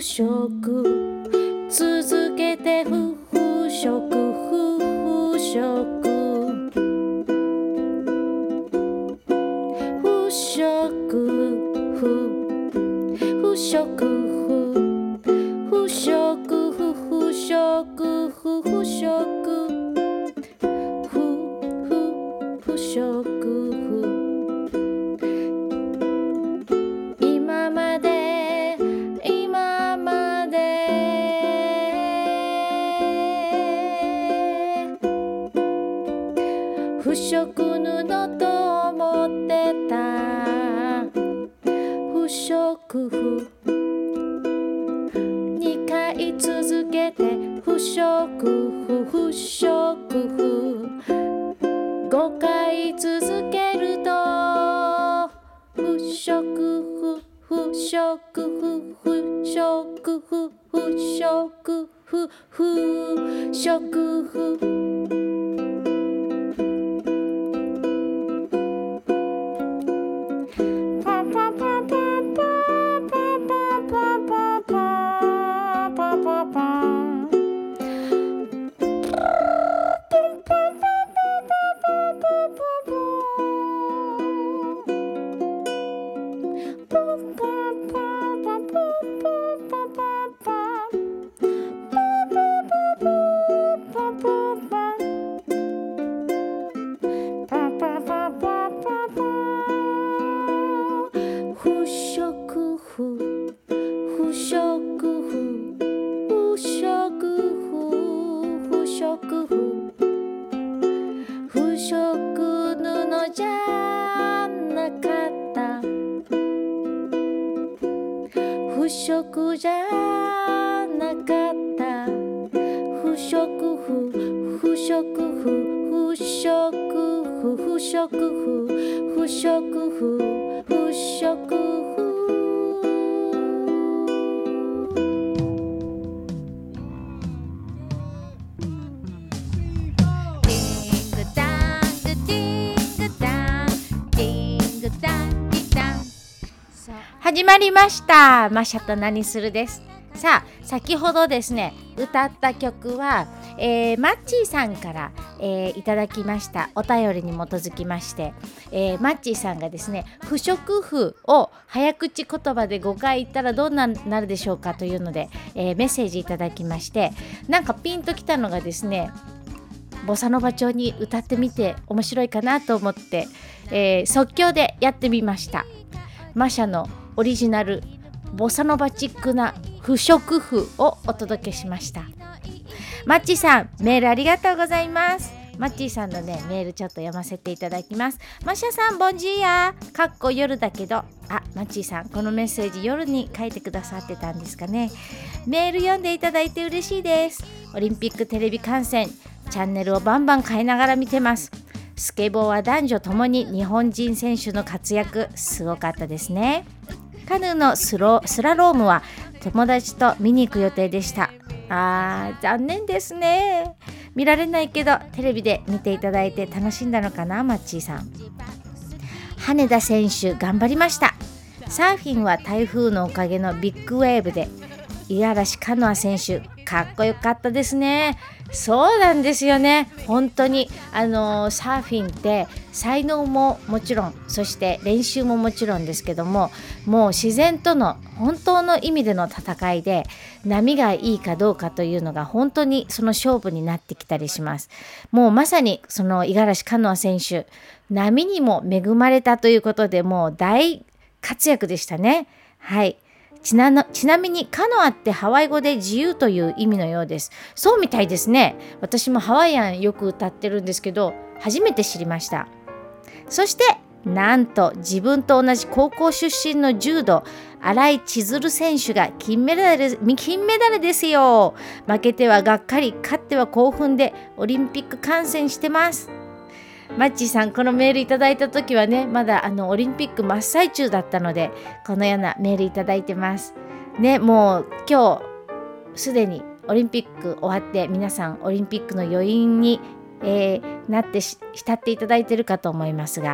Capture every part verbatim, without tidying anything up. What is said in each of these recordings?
食続けて不不食不不食不食不不食不不食不不食不不食不不不食今まで今まで不織布と思ってた不織布にかい続けて不織布不織布ごかい続けると不織布不織布不織布不織布不織布不織じゃなかった不織布不織布不織布不織布不織布不織布始まりました。マシャと何するです。さあ、先ほどですね、歌った曲は、えー、マッチーさんから、えー、いただきましたお便りに基づきまして、えー、マッチーさんがですね、不織布を早口言葉でごかい言ったらどうなるでしょうかというので、えー、メッセージいただきまして、なんかピンときたのがですね、ボサノバ調に歌ってみて面白いかなと思って、えー、即興でやってみました。マシャのオリジナルボサノバチックな不織布をお届けしました。マッチーさん、メールありがとうございます。マッチーさんのねメールちょっと読ませていただきます。マシャさん、ボンジーヤー、かっこ夜だけど、あ、マッチーさん、このメッセージ夜に書いてくださってたんですかね。メール読んでいただいて嬉しいです。オリンピックテレビ観戦、チャンネルをバンバン変えながら見てます。スケボーは男女ともに日本人選手の活躍すごかったですね。カヌーのスロスラロームは友達と見に行く予定でした。あー、残念ですね。見られないけどテレビで見ていただいて楽しんだのかな、マッチーさん。羽田選手頑張りました。サーフィンは台風のおかげのビッグウェーブで、五十嵐カノア選手かっこよかったですね。そうなんですよね。本当にあのサーフィンって才能ももちろん、そして練習ももちろんですけども、もう自然との本当の意味での戦いで、波がいいかどうかというのが本当にその勝負になってきたりします。もうまさにその五十嵐カノア選手、波にも恵まれたということで、もう大活躍でしたね。はい。ちなの、ちなみにカノアってハワイ語で自由という意味のようです。そうみたいですね。私もハワイアンよく歌ってるんですけど、初めて知りました。そしてなんと自分と同じ高校出身の柔道、新井千鶴選手が金メダル、金メダルですよ。負けてはがっかり、勝っては興奮でオリンピック観戦してます。マッチーさん、このメールいただいた時はね、まだあのオリンピック真っ最中だったので、このようなメールいただいてますね。もう今日すでにオリンピック終わって、皆さんオリンピックの余韻に、えー、なってし浸っていただいているかと思いますが、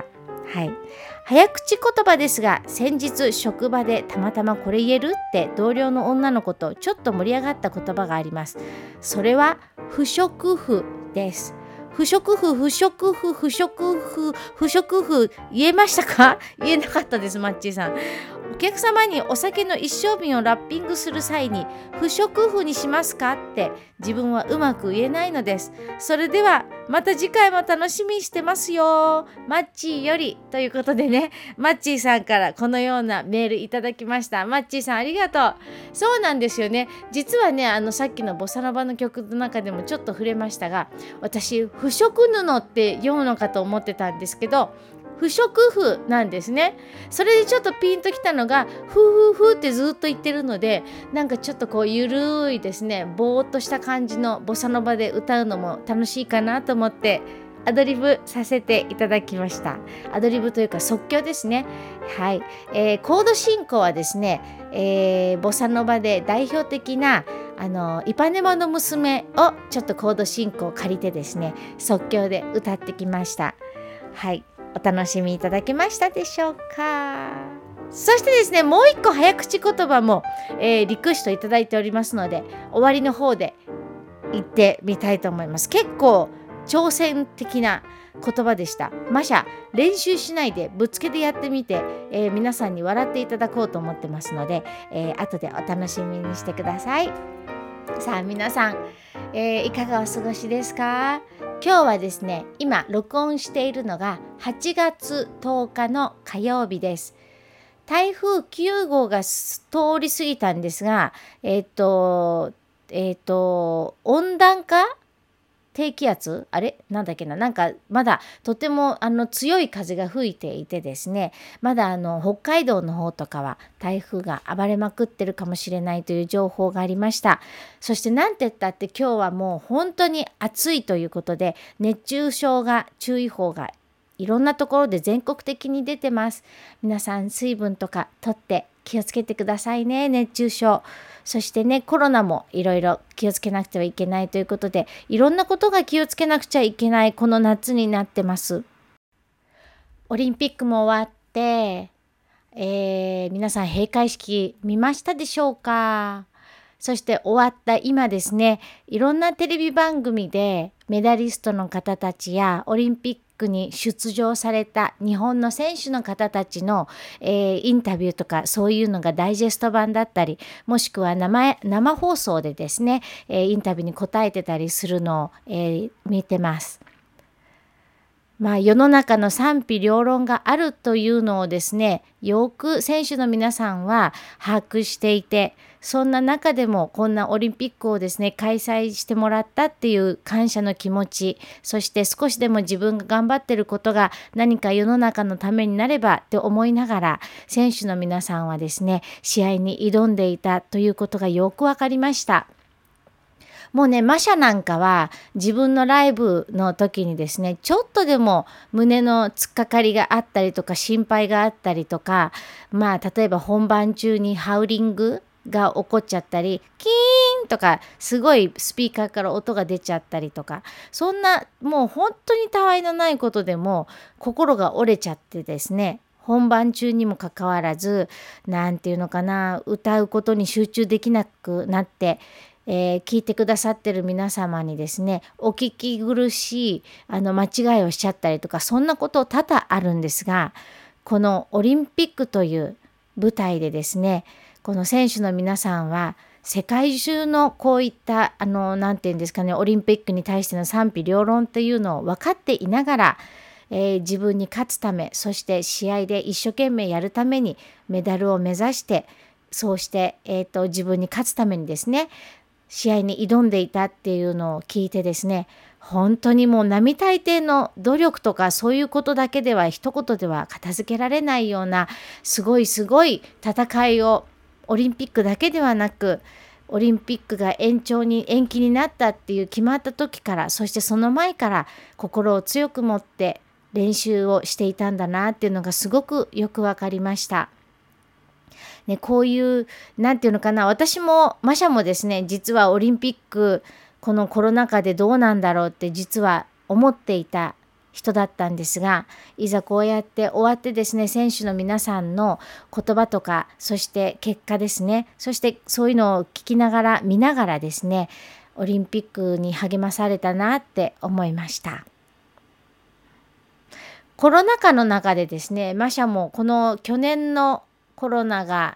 はい。早口言葉ですが、先日職場でたまたまこれ言えるって同僚の女の子とちょっと盛り上がった言葉があります。それは不織布です。不織布、不織布、不織布、不織布、言えましたか？言えなかったです、マッチーさん。お客様にお酒の一升瓶をラッピングする際に不織布にしますかって自分はうまく言えないのです。それではまた次回も楽しみにしてますよ。マッチーよりということでね、マッチーさんからこのようなメールいただきました。マッチーさんありがとう。そうなんですよね。実はね、あのさっきのボサノバの曲の中でもちょっと触れましたが、私不織布って読むのかと思ってたんですけど、不織布なんですね。それでちょっとピンときたのがフーフーフーってずっと言ってるので、なんかちょっとこうゆるいですね、ぼーっとした感じのボサノバで歌うのも楽しいかなと思ってアドリブさせていただきました。アドリブというか即興ですね。はい、えー、コード進行はですね、えー、ボサノバで代表的なあのイパネマの娘をちょっとコード進行を借りてですね、即興で歌ってきました。はい、お楽しみいただけましたでしょうか。そしてですね、もう一個早口言葉も、えー、リクエストいただいておりますので、終わりの方で言ってみたいと思います。結構挑戦的な言葉でした。マシャ練習しないでぶっつけでやってみて、えー、皆さんに笑っていただこうと思ってますので、えー、後でお楽しみにしてください。さあ皆さん、えー、いかがお過ごしですか？今日はですね、今録音しているのがはちがつとおかの火曜日です。台風きゅうごうが通り過ぎたんですが、えっとえっと温暖化低気圧あれなんだっけな、なんかまだとてもあの強い風が吹いていてですね、まだあの北海道の方とかは台風が暴れまくってるかもしれないという情報がありました。そしてなんて言ったって今日はもう本当に暑いということで、熱中症が注意報がいろんなところで全国的に出てます。皆さん水分とかとって気をつけてくださいね。熱中症、そしてね、コロナもいろいろ気をつけなくてはいけないということで、いろんなことが気をつけなくちゃいけないこの夏になってます。オリンピックも終わって、えー、皆さん閉会式見ましたでしょうか？そして終わった今ですね、いろんなテレビ番組でメダリストの方たちやオリンピックに出場された日本の選手の方たちの、えー、インタビューとかそういうのがダイジェスト版だったり、もしくは 生, 生放送でですね、えー、インタビューに答えてたりするのを、えー、見てます。まあ、世の中の賛否両論があるというのをですね、よく選手の皆さんは把握していて、そんな中でもこんなオリンピックをですね開催してもらったっていう感謝の気持ち、そして少しでも自分が頑張ってることが何か世の中のためになればって思いながら、選手の皆さんはですね試合に挑んでいたということがよくわかりました。もうね、マシャなんかは自分のライブの時にですね、ちょっとでも胸の突っかかりがあったりとか心配があったりとか、まあ例えば本番中にハウリングが起こっちゃったり、キーンとかすごいスピーカーから音が出ちゃったりとか、そんなもう本当にたわいのないことでも心が折れちゃってですね、本番中にもかかわらず、なんていうのかな、歌うことに集中できなくなって、えー、聞いてくださってる皆様にですね、お聞き苦しいあの間違いをしちゃったりとか、そんなこと多々あるんですが、このオリンピックという舞台でですね、この選手の皆さんは世界中のこういったあのなんていうんですかね、オリンピックに対しての賛否両論というのを分かっていながら、えー、自分に勝つため、そして試合で一生懸命やるためにメダルを目指して、そうして、えーと、自分に勝つためにですね試合に挑んでいたっていうのを聞いてですね、本当にもう並大抵の努力とかそういうことだけでは一言では片付けられないようなすごいすごい戦いを、オリンピックだけではなくオリンピックが延長に延期になったっていう決まった時から、そしてその前から心を強く持って練習をしていたんだなっていうのがすごくよくわかりました。ね、こういうなんていうのかな、私もマシャもですね、実はオリンピックこのコロナ禍でどうなんだろうって実は思っていた人だったんですが、いざこうやって終わってですね、選手の皆さんの言葉とか、そして結果ですね、そしてそういうのを聞きながら見ながらですね、オリンピックに励まされたなって思いました。コロナ禍の中でですね、マシャもこの去年のコロナが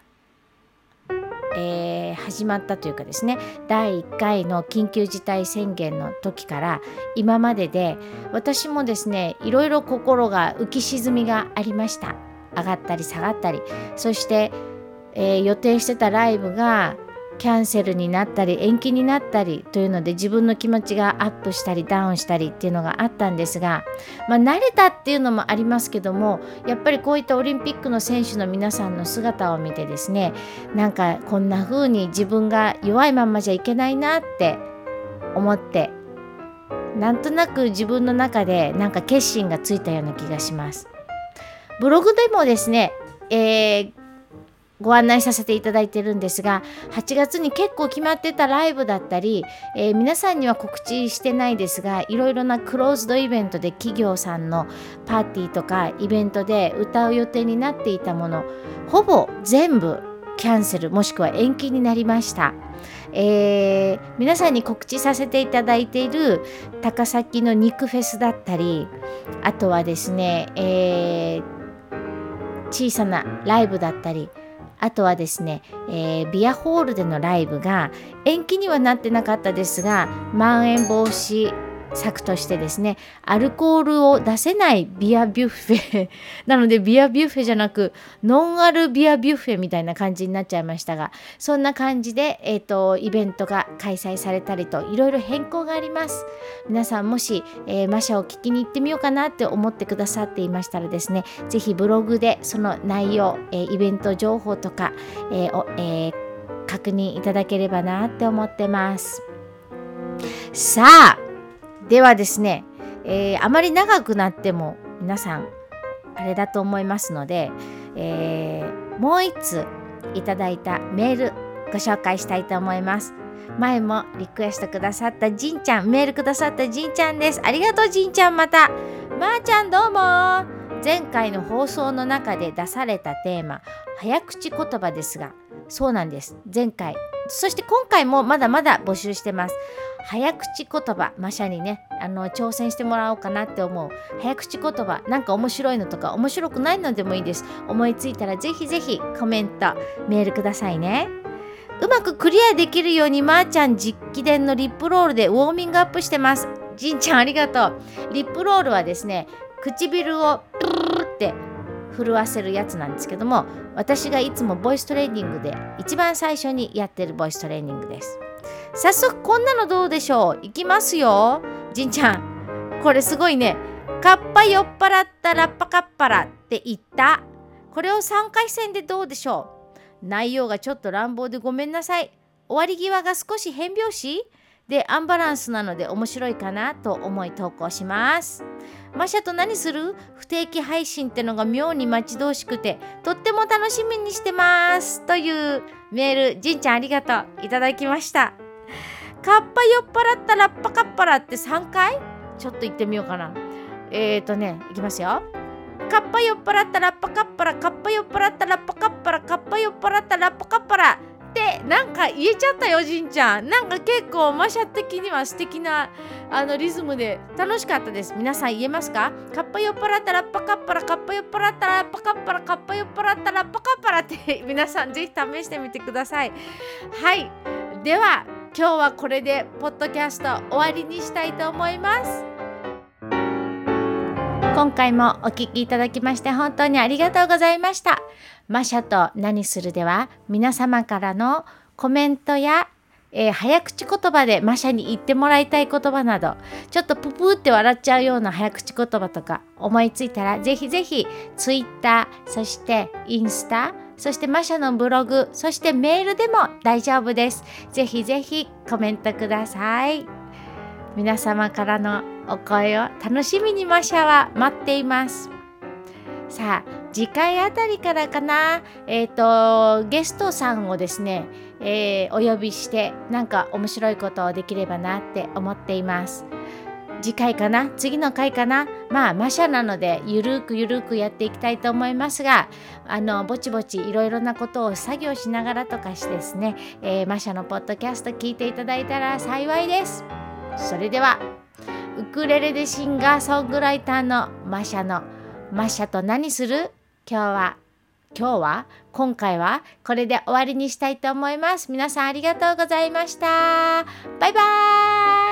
えー、始まったというかですね、だいいっかいの緊急事態宣言の時から今までで、私もですね、いろいろ心が浮き沈みがありました。上がったり下がったり、そして、えー、予定してたライブがキャンセルになったり延期になったりというので、自分の気持ちがアップしたりダウンしたりっていうのがあったんですが、まあ、慣れたっていうのもありますけども、やっぱりこういったオリンピックの選手の皆さんの姿を見てですね、なんかこんな風に自分が弱いまんまじゃいけないなって思って、なんとなく自分の中でなんか決心がついたような気がします。ブログでもですね、えーご案内させていただいてるんですが、はちがつに結構決まってたライブだったり、えー、皆さんには告知してないですが、いろいろなクローズドイベントで企業さんのパーティーとかイベントで歌う予定になっていたもの、ほぼ全部キャンセルもしくは延期になりました。えー、皆さんに告知させていただいている高崎の肉フェスだったり、あとはですね、えー、小さなライブだったり、あとはですね、えー、ビアホールでのライブが延期にはなってなかったですが、まん延防止策としてですね、アルコールを出せないビアビュッフェなので、ビアビュッフェじゃなくノンアルビアビュッフェみたいな感じになっちゃいましたが、そんな感じで、えーと、イベントが開催されたりと、いろいろ変更があります。皆さんもし、えー、マシャを聞きに行ってみようかなって思ってくださっていましたらですね、ぜひブログでその内容、えー、イベント情報とか、えーおえー、確認いただければなって思ってます。さあ、ではですね、えー、あまり長くなっても皆さんあれだと思いますので、えー、もう一ついただいたメールご紹介したいと思います。前もリクエストくださったじんちゃん、メールくださったじんちゃんです。ありがとうじんちゃん。またまーちゃんどうも。前回の放送の中で出されたテーマ、早口言葉ですが、そうなんです。前回、そして今回もまだまだ募集してます。早口言葉、マシャにね、あの挑戦してもらおうかなって思う早口言葉、なんか面白いのとか面白くないのでもいいです。思いついたらぜひぜひコメント、メールくださいね。うまくクリアできるようにまーちゃん実機伝のリップロールでウォーミングアップしてます。じんちゃんありがとう。リップロールはですね、唇をプルルルって震わせるやつなんですけども、私がいつもボイストレーニングで一番最初にやってるボイストレーニングです。早速こんなのどうでしょう。いきますよ。じんちゃん、これすごいね。カッパ酔っ払ったラッパカッパラって言った。これをさんかい戦でどうでしょう。内容がちょっと乱暴でごめんなさい。終わり際が少し変拍子でアンバランスなので面白いかなと思い投稿します。マシャと何する？不定期配信ってのが妙に待ち遠しくてとっても楽しみにしてますというメール、じんちゃんありがとういただきました。カッパ酔っ払ったラッパカッパラってさんかいちょっと言ってみようかな。えーとね、いきますよ。カッパ酔っ払ったラッパカッパラ、カッパ酔っ払ったラッパカッパラ、カッパ酔っ払ったラッパカッパラってなんか言えちゃったよ、じんちゃん。なんか結構マシャ的には素敵なあのリズムで楽しかったです。皆さん言えますか？カッパ酔っ払ったラッパカッパラ、カッパ酔っ払ったラッパカッパラ、カッパ酔っ払ったラッパカッパラって皆さんぜひ試してみてください。はい、では今日はこれでポッドキャスト終わりにしたいと思います。今回もお聞きいただきまして本当にありがとうございました。マシャと何するでは皆様からのコメントや、えー、早口言葉でマシャに言ってもらいたい言葉など、ちょっとププーって笑っちゃうような早口言葉とか思いついたらぜひぜひツイッター、そしてインスタ、そしてマシャのブログ、そしてメールでも大丈夫です。ぜひぜひコメントください。皆様からのお声を楽しみにマシャは待っています。さあ、次回あたりからかな、えっとゲストさんをですね、えー、お呼びしてなんか面白いことをできればなって思っています。 次回かな、次の回かな、まあマシャなのでゆるくゆるくやっていきたいと思いますが、あのぼちぼちいろいろなことを作業しながらとかしてですね、えー、マシャのポッドキャスト聞いていただいたら幸いです。それではウクレレでシンガーソングライターのマシャのマシャと何する、今日は今日は今回はこれで終わりにしたいと思います。皆さんありがとうございました。バイバーイ。